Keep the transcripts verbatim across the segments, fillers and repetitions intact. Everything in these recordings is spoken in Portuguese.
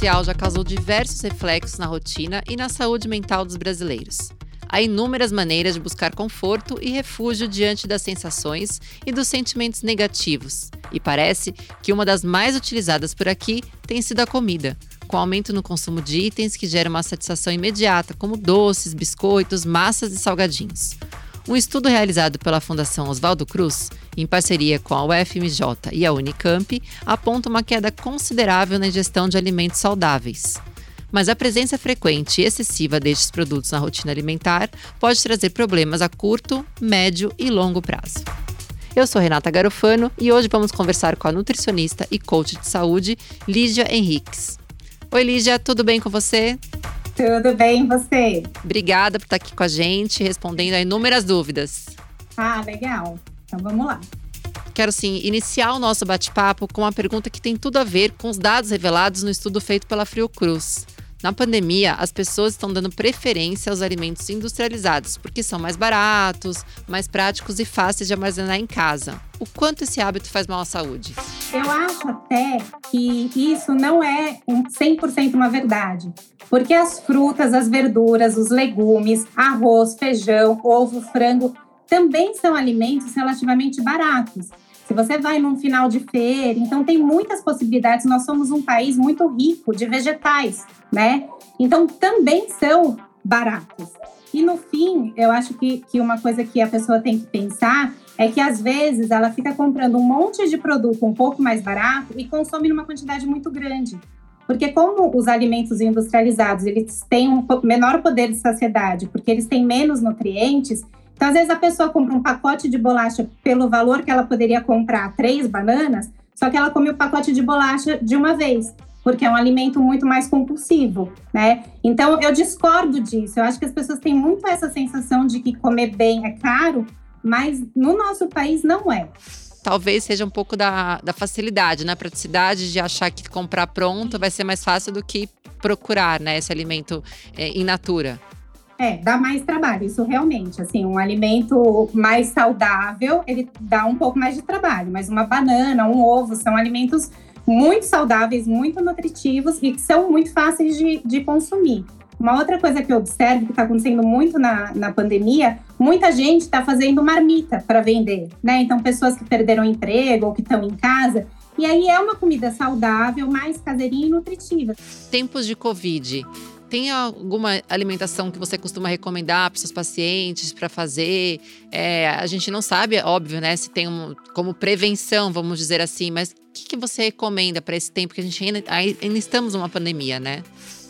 social já causou diversos reflexos na rotina e na saúde mental dos brasileiros. Há inúmeras maneiras de buscar conforto e refúgio diante das sensações e dos sentimentos negativos. E parece que uma das mais utilizadas por aqui tem sido a comida, com aumento no consumo de itens que geram uma satisfação imediata, como doces, biscoitos, massas e salgadinhos. Um estudo realizado pela Fundação Oswaldo Cruz, em parceria com a U F M J e a Unicamp, aponta uma queda considerável na ingestão de alimentos saudáveis. Mas a presença frequente e excessiva destes produtos na rotina alimentar pode trazer problemas a curto, médio e longo prazo. Eu sou Renata Garofano e hoje vamos conversar com a nutricionista e coach de saúde, Lígia Henriques. Oi, Lígia, tudo bem com você? Tudo bem, e você? Obrigada por estar aqui com a gente, respondendo a inúmeras dúvidas. Ah, legal. Então vamos lá. Quero, sim, iniciar o nosso bate-papo com uma pergunta que tem tudo a ver com os dados revelados no estudo feito pela Fiocruz. Na pandemia, as pessoas estão dando preferência aos alimentos industrializados, porque são mais baratos, mais práticos e fáceis de armazenar em casa. O quanto esse hábito faz mal à saúde? Eu acho até que isso não é um cem por cento uma verdade. Porque as frutas, as verduras, os legumes, arroz, feijão, ovo, frango, também são alimentos relativamente baratos. Se você vai num final de feira, então tem muitas possibilidades. Nós somos um país muito rico de vegetais, né? Então também são baratos. E no fim, eu acho que, que uma coisa que a pessoa tem que pensar é que às vezes ela fica comprando um monte de produto um pouco mais barato e consome numa quantidade muito grande. Porque como os alimentos industrializados, eles têm um menor poder de saciedade, porque eles têm menos nutrientes. Então, às vezes, a pessoa compra um pacote de bolacha pelo valor que ela poderia comprar três bananas, só que ela come o pacote de bolacha de uma vez, porque é um alimento muito mais compulsivo, né? Então, eu discordo disso. Eu acho que as pessoas têm muito essa sensação de que comer bem é caro, mas no nosso país não é. Talvez seja um pouco da, da facilidade, né? Praticidade de achar que comprar pronto vai ser mais fácil do que procurar, né, esse alimento é, in natura. É, dá mais trabalho, isso realmente, assim, um alimento mais saudável, ele dá um pouco mais de trabalho, mas uma banana, um ovo, são alimentos muito saudáveis, muito nutritivos e que são muito fáceis de, de consumir. Uma outra coisa que eu observo, que está acontecendo muito na, na pandemia, muita gente está fazendo marmita para vender, né? Então, pessoas que perderam emprego ou que estão em casa, e aí é uma comida saudável, mais caseirinha e nutritiva. Tempos de Covid. Tem alguma alimentação que você costuma recomendar para seus pacientes para fazer? É, a gente não sabe, óbvio, né? Se tem um, como prevenção, vamos dizer assim, mas o que, que você recomenda para esse tempo que a gente ainda, ainda estamos numa pandemia, né?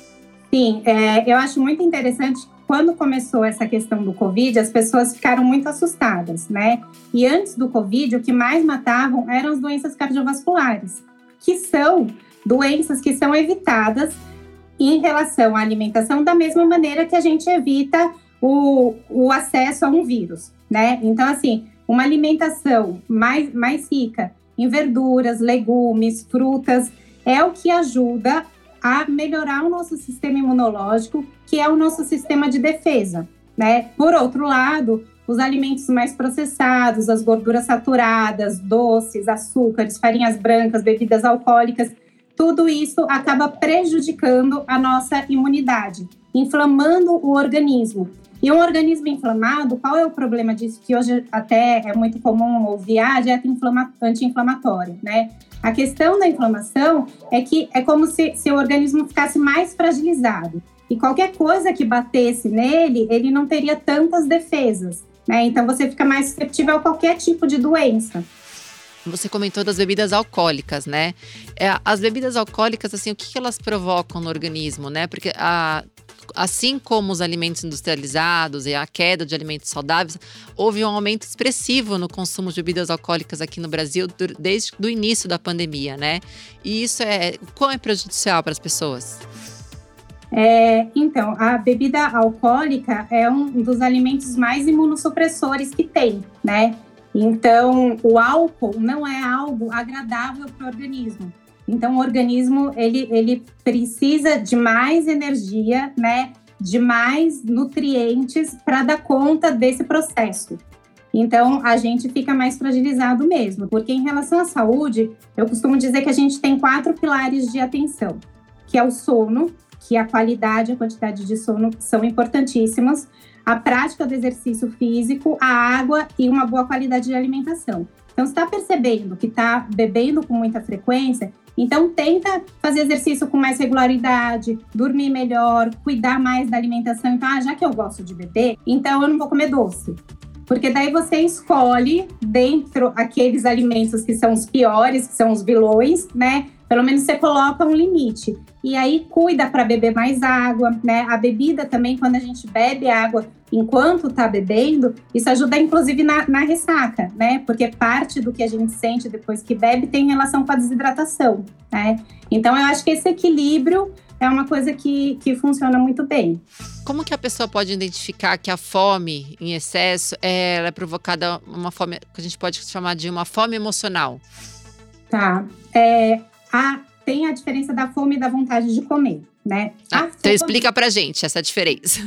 Sim, é, eu acho muito interessante. Quando começou essa questão do Covid, as pessoas ficaram muito assustadas, né? E antes do Covid, o que mais matavam eram as doenças cardiovasculares, que são doenças que são evitadas em relação à alimentação, da mesma maneira que a gente evita o, o acesso a um vírus, né? Então, assim, uma alimentação mais, mais rica em verduras, legumes, frutas, é o que ajuda a melhorar o nosso sistema imunológico, que é o nosso sistema de defesa, né? Por outro lado, os alimentos mais processados, as gorduras saturadas, doces, açúcares, farinhas brancas, bebidas alcoólicas, tudo isso acaba prejudicando a nossa imunidade, inflamando o organismo. E um organismo inflamado, qual é o problema disso? Que hoje até é muito comum ouvir a dieta anti-inflamatória, né? A questão da inflamação é que é como se, se o organismo ficasse mais fragilizado. E qualquer coisa que batesse nele, ele não teria tantas defesas, né? Então você fica mais suscetível a qualquer tipo de doença. Você comentou das bebidas alcoólicas, né? É, as bebidas alcoólicas, assim, o que, que elas provocam no organismo, né? Porque a, assim como os alimentos industrializados e a queda de alimentos saudáveis, houve um aumento expressivo no consumo de bebidas alcoólicas aqui no Brasil desde o início da pandemia, né? E isso é, quão é prejudicial para as pessoas? É, então, a bebida alcoólica é um dos alimentos mais imunossupressores que tem, né? Então, o álcool não é algo agradável para o organismo. Então, o organismo, ele, ele precisa de mais energia, né? De mais nutrientes para dar conta desse processo. Então, a gente fica mais fragilizado mesmo. Porque em relação à saúde, eu costumo dizer que a gente tem quatro pilares de atenção. que é o sono, que a qualidade e a quantidade de sono são importantíssimas, a prática do exercício físico, a água e uma boa qualidade de alimentação. Então, se está percebendo que está bebendo com muita frequência, então tenta fazer exercício com mais regularidade, dormir melhor, cuidar mais da alimentação. Então, ah, já que eu gosto de beber, então eu não vou comer doce. Porque daí você escolhe dentro aqueles alimentos que são os piores, que são os vilões, né? Pelo menos você coloca um limite. E aí cuida para beber mais água, né? A bebida também, quando a gente bebe água enquanto está bebendo, isso ajuda inclusive na, na ressaca, né? Porque parte do que a gente sente depois que bebe tem relação com a desidratação, né? Então eu acho que esse equilíbrio é uma coisa que, que funciona muito bem. Como que a pessoa pode identificar que a fome em excesso é, ela é provocada uma fome que a gente pode chamar de uma fome emocional? Tá. É, a, tem a diferença da fome e da vontade de comer, né? Ah, fome, então explica pra gente essa diferença.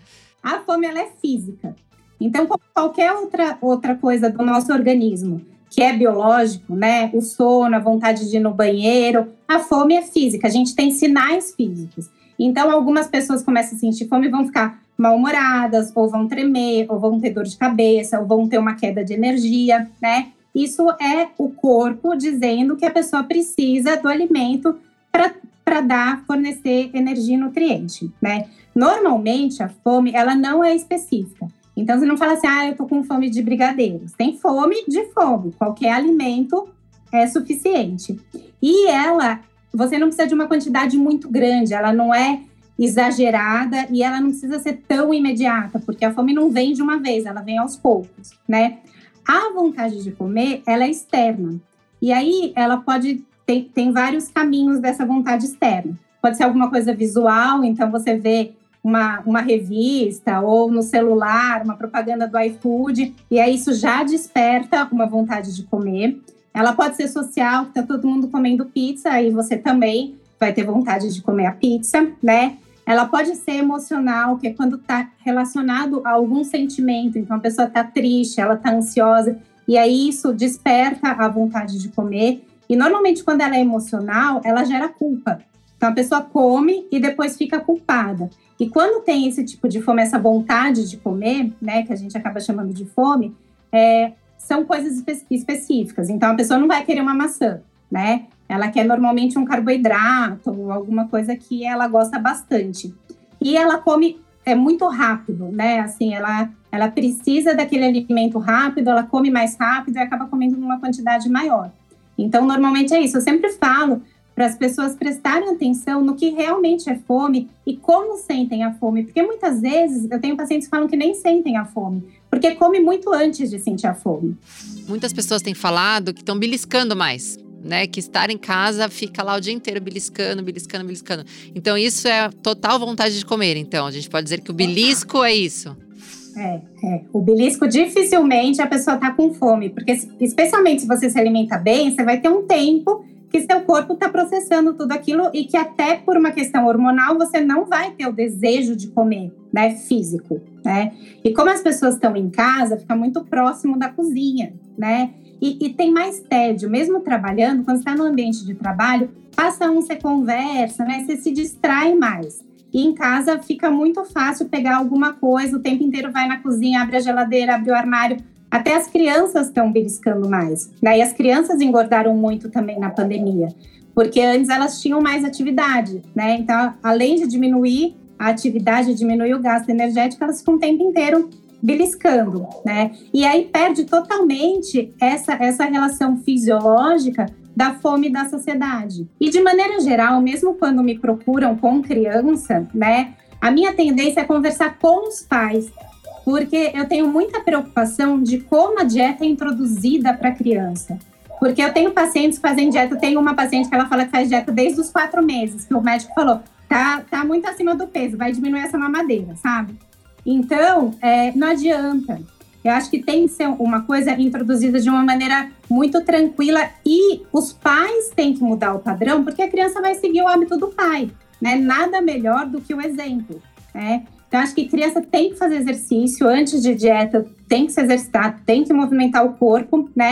A fome, ela é física. Então, qualquer outra, outra coisa do nosso organismo que é biológico, né? O sono, a vontade de ir no banheiro, a fome é física, a gente tem sinais físicos. Então, algumas pessoas começam a sentir fome e vão ficar mal-humoradas, ou vão tremer, ou vão ter dor de cabeça, ou vão ter uma queda de energia, né? Isso é o corpo dizendo que a pessoa precisa do alimento para dar, fornecer energia e nutriente, né? Normalmente, a fome, ela não é específica. Então, você não fala assim, ah, eu tô com fome de brigadeiros. Tem fome de fome. Qualquer alimento é suficiente. E ela, você não precisa de uma quantidade muito grande. Ela não é exagerada e ela não precisa ser tão imediata, porque a fome não vem de uma vez, ela vem aos poucos, né? A vontade de comer, ela é externa. E aí, ela pode... Tem, tem vários caminhos dessa vontade externa. Pode ser alguma coisa visual, então você vê Uma, uma revista ou no celular, uma propaganda do iFood, e aí isso já desperta uma vontade de comer. Ela pode ser social, que tá todo mundo comendo pizza, aí você também vai ter vontade de comer a pizza, né? Ela pode ser emocional, que é quando tá relacionado a algum sentimento, então a pessoa tá triste, ela tá ansiosa, e aí isso desperta a vontade de comer. E normalmente quando ela é emocional, ela gera culpa. Então a pessoa come e depois fica culpada. E quando tem esse tipo de fome, essa vontade de comer, né, que a gente acaba chamando de fome, é, são coisas espe- específicas. Então, a pessoa não vai querer uma maçã, né? Ela quer normalmente um carboidrato ou alguma coisa que ela gosta bastante. E ela come é, muito rápido, né? Assim, ela, ela precisa daquele alimento rápido, ela come mais rápido e acaba comendo numa quantidade maior. Então, normalmente é isso. Eu sempre falo para as pessoas prestarem atenção no que realmente é fome e como sentem a fome. Porque muitas vezes eu tenho pacientes que falam que nem sentem a fome, porque come muito antes de sentir a fome. Muitas pessoas têm falado que estão beliscando mais, né? Que estar em casa fica lá o dia inteiro beliscando, beliscando, beliscando. Então isso é total vontade de comer. Então a gente pode dizer que o belisco é isso. É, é. O belisco dificilmente a pessoa está com fome, porque especialmente se você se alimenta bem, você vai ter um tempo que seu corpo está processando tudo aquilo e que até por uma questão hormonal você não vai ter o desejo de comer, né, físico, né? E como as pessoas estão em casa, fica muito próximo da cozinha, né? E, e tem mais tédio, mesmo trabalhando, quando está no ambiente de trabalho, passa um, você conversa, né? Você se distrai mais. E em casa fica muito fácil pegar alguma coisa, o tempo inteiro vai na cozinha, abre a geladeira, abre o armário. Até as crianças estão beliscando mais, né? E as crianças engordaram muito também na pandemia, porque antes elas tinham mais atividade, né? Então, além de diminuir a atividade, diminuir o gasto energético, elas ficam o tempo inteiro beliscando, né? E aí perde totalmente essa, essa relação fisiológica da fome e da saciedade. E de maneira geral, mesmo quando me procuram com criança, né? A minha tendência é conversar com os pais, porque eu tenho muita preocupação de como a dieta é introduzida para a criança. Porque eu tenho pacientes que fazem dieta, eu tenho uma paciente que ela fala que faz dieta desde os quatro meses, que o médico falou, tá, tá muito acima do peso, vai diminuir essa mamadeira, sabe? Então, é, não adianta. Eu acho que tem que ser uma coisa introduzida de uma maneira muito tranquila e os pais têm que mudar o padrão, porque a criança vai seguir o hábito do pai, né? Nada melhor do que o exemplo, né? Então, acho que criança tem que fazer exercício antes de dieta, tem que se exercitar, tem que movimentar o corpo, né?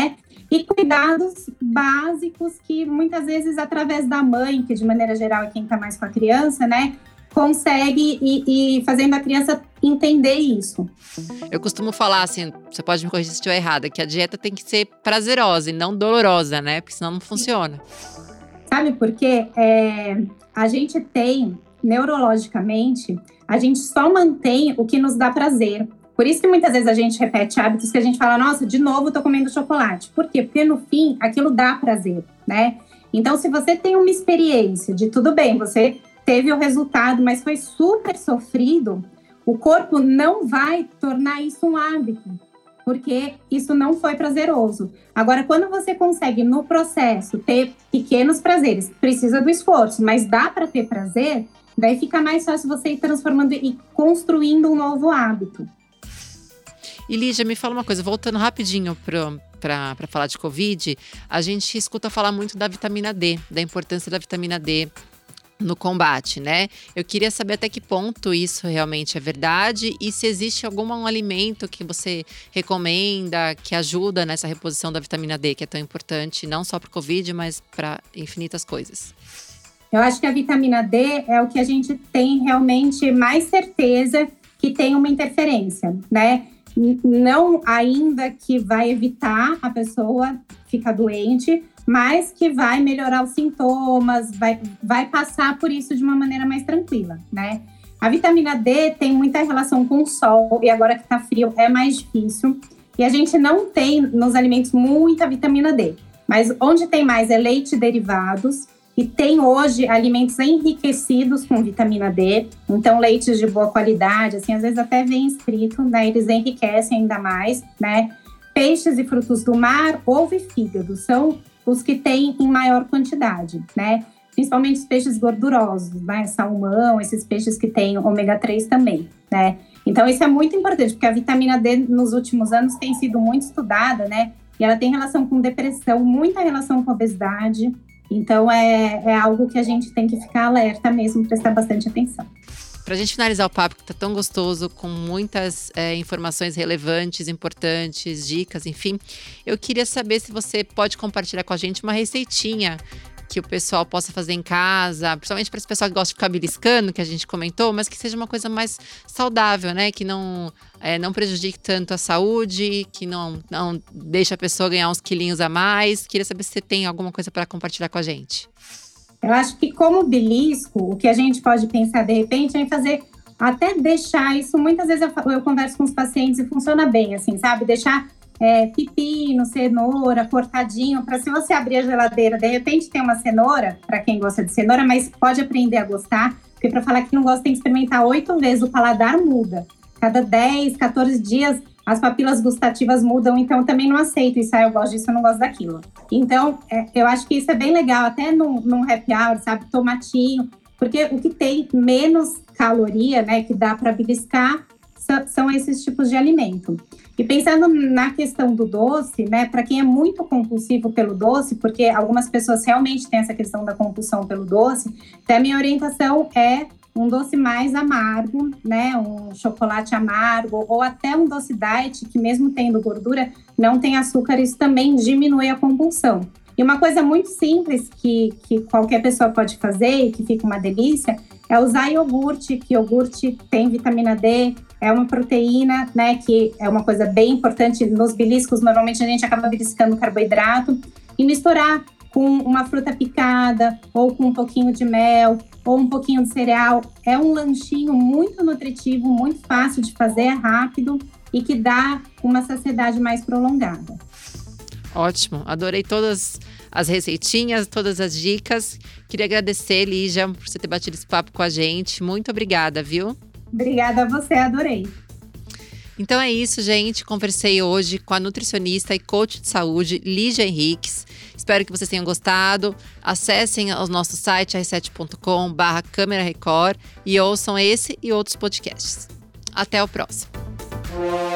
e cuidados básicos que muitas vezes através da mãe, que de maneira geral é quem está mais com a criança, né, consegue e, e fazendo a criança entender isso. Eu costumo falar assim, você pode me corrigir se estiver errada, que a dieta tem que ser prazerosa e não dolorosa, né? Porque senão não funciona. Sabe por quê? É, a gente tem, neurologicamente, a gente só mantém o que nos dá prazer. Por isso que muitas vezes a gente repete hábitos que a gente fala, nossa, de novo tô comendo chocolate. Por quê? Porque no fim, aquilo dá prazer, né? Então, se você tem uma experiência de tudo bem, você teve o resultado, mas foi super sofrido, o corpo não vai tornar isso um hábito, porque isso não foi prazeroso. Agora, quando você consegue, no processo, ter pequenos prazeres, precisa do esforço, mas dá para ter prazer, daí fica mais fácil você ir transformando e construindo um novo hábito. E Lígia, me fala uma coisa, voltando rapidinho para falar de Covid, a gente escuta falar muito da vitamina D, da importância da vitamina D no combate, né? Eu queria saber até que ponto isso realmente é verdade e se existe algum alimento que você recomenda, que ajuda nessa reposição da vitamina D, que é tão importante, não só para o Covid, mas para infinitas coisas. Eu acho que a vitamina D é o que a gente tem realmente mais certeza que tem uma interferência, né? Não ainda que vai evitar a pessoa ficar doente, mas que vai melhorar os sintomas, vai, vai passar por isso de uma maneira mais tranquila, né? A vitamina D tem muita relação com o sol, e agora que tá frio é mais difícil. E a gente não tem nos alimentos muita vitamina D, mas onde tem mais é leite e derivados, e tem hoje alimentos enriquecidos com vitamina D, então leites de boa qualidade, assim, às vezes até vem escrito, né? Eles enriquecem ainda mais, né? Peixes e frutos do mar, ovo e fígado, são os que têm em maior quantidade, né? Principalmente os peixes gordurosos, né? Salmão, esses peixes que têm ômega três também, né? Então, isso é muito importante, porque a vitamina D nos últimos anos tem sido muito estudada, né? E ela tem relação com depressão, muita relação com obesidade. Então, é, é algo que a gente tem que ficar alerta mesmo, prestar bastante atenção. Para a gente finalizar o papo, que está tão gostoso, com muitas é, informações relevantes, importantes, dicas, enfim, eu queria saber se você pode compartilhar com a gente uma receitinha que o pessoal possa fazer em casa, principalmente para esse pessoal que gosta de ficar beliscando, que a gente comentou, mas que seja uma coisa mais saudável, né? Que não, é, não prejudique tanto a saúde, que não, não deixe a pessoa ganhar uns quilinhos a mais. Queria saber se você tem alguma coisa para compartilhar com a gente. Eu acho que como belisco, o que a gente pode pensar de repente é em fazer, até deixar isso, muitas vezes eu, eu converso com os pacientes e funciona bem, assim, sabe? Deixar é, pepino, cenoura, cortadinho, para se você abrir a geladeira, de repente tem uma cenoura, para quem gosta de cenoura, mas pode aprender a gostar, porque para falar que não gosta tem que experimentar oito vezes, o paladar muda. Cada dez, quatorze dias as papilas gustativas mudam, então eu também não aceito isso, ah, eu gosto disso, eu não gosto daquilo. Então, é, eu acho que isso é bem legal, até num, num happy hour, sabe, tomatinho, porque o que tem menos caloria, né, que dá para beliscar, são, são esses tipos de alimento. E pensando na questão do doce, né, para quem é muito compulsivo pelo doce, porque algumas pessoas realmente têm essa questão da compulsão pelo doce, então a minha orientação é um doce mais amargo, né, um chocolate amargo, ou até um doce diet, que mesmo tendo gordura, não tem açúcar, isso também diminui a compulsão. E uma coisa muito simples que, que qualquer pessoa pode fazer e que fica uma delícia, é usar iogurte, que iogurte tem vitamina D, é uma proteína, né, que é uma coisa bem importante nos beliscos, normalmente a gente acaba beliscando carboidrato, e misturar com uma fruta picada, ou com um pouquinho de mel, ou um pouquinho de cereal. É um lanchinho muito nutritivo, muito fácil de fazer, é rápido e que dá uma saciedade mais prolongada. Ótimo, adorei todas as receitinhas, todas as dicas. Queria agradecer, Lígia, por você ter batido esse papo com a gente. Muito obrigada, viu? Obrigada a você, adorei. Então é isso, gente. Conversei hoje com a nutricionista e coach de saúde, Lígia Henriques. Espero que vocês tenham gostado. Acessem o nosso site r sete ponto com barra câmera record e ouçam esse e outros podcasts. Até o próximo.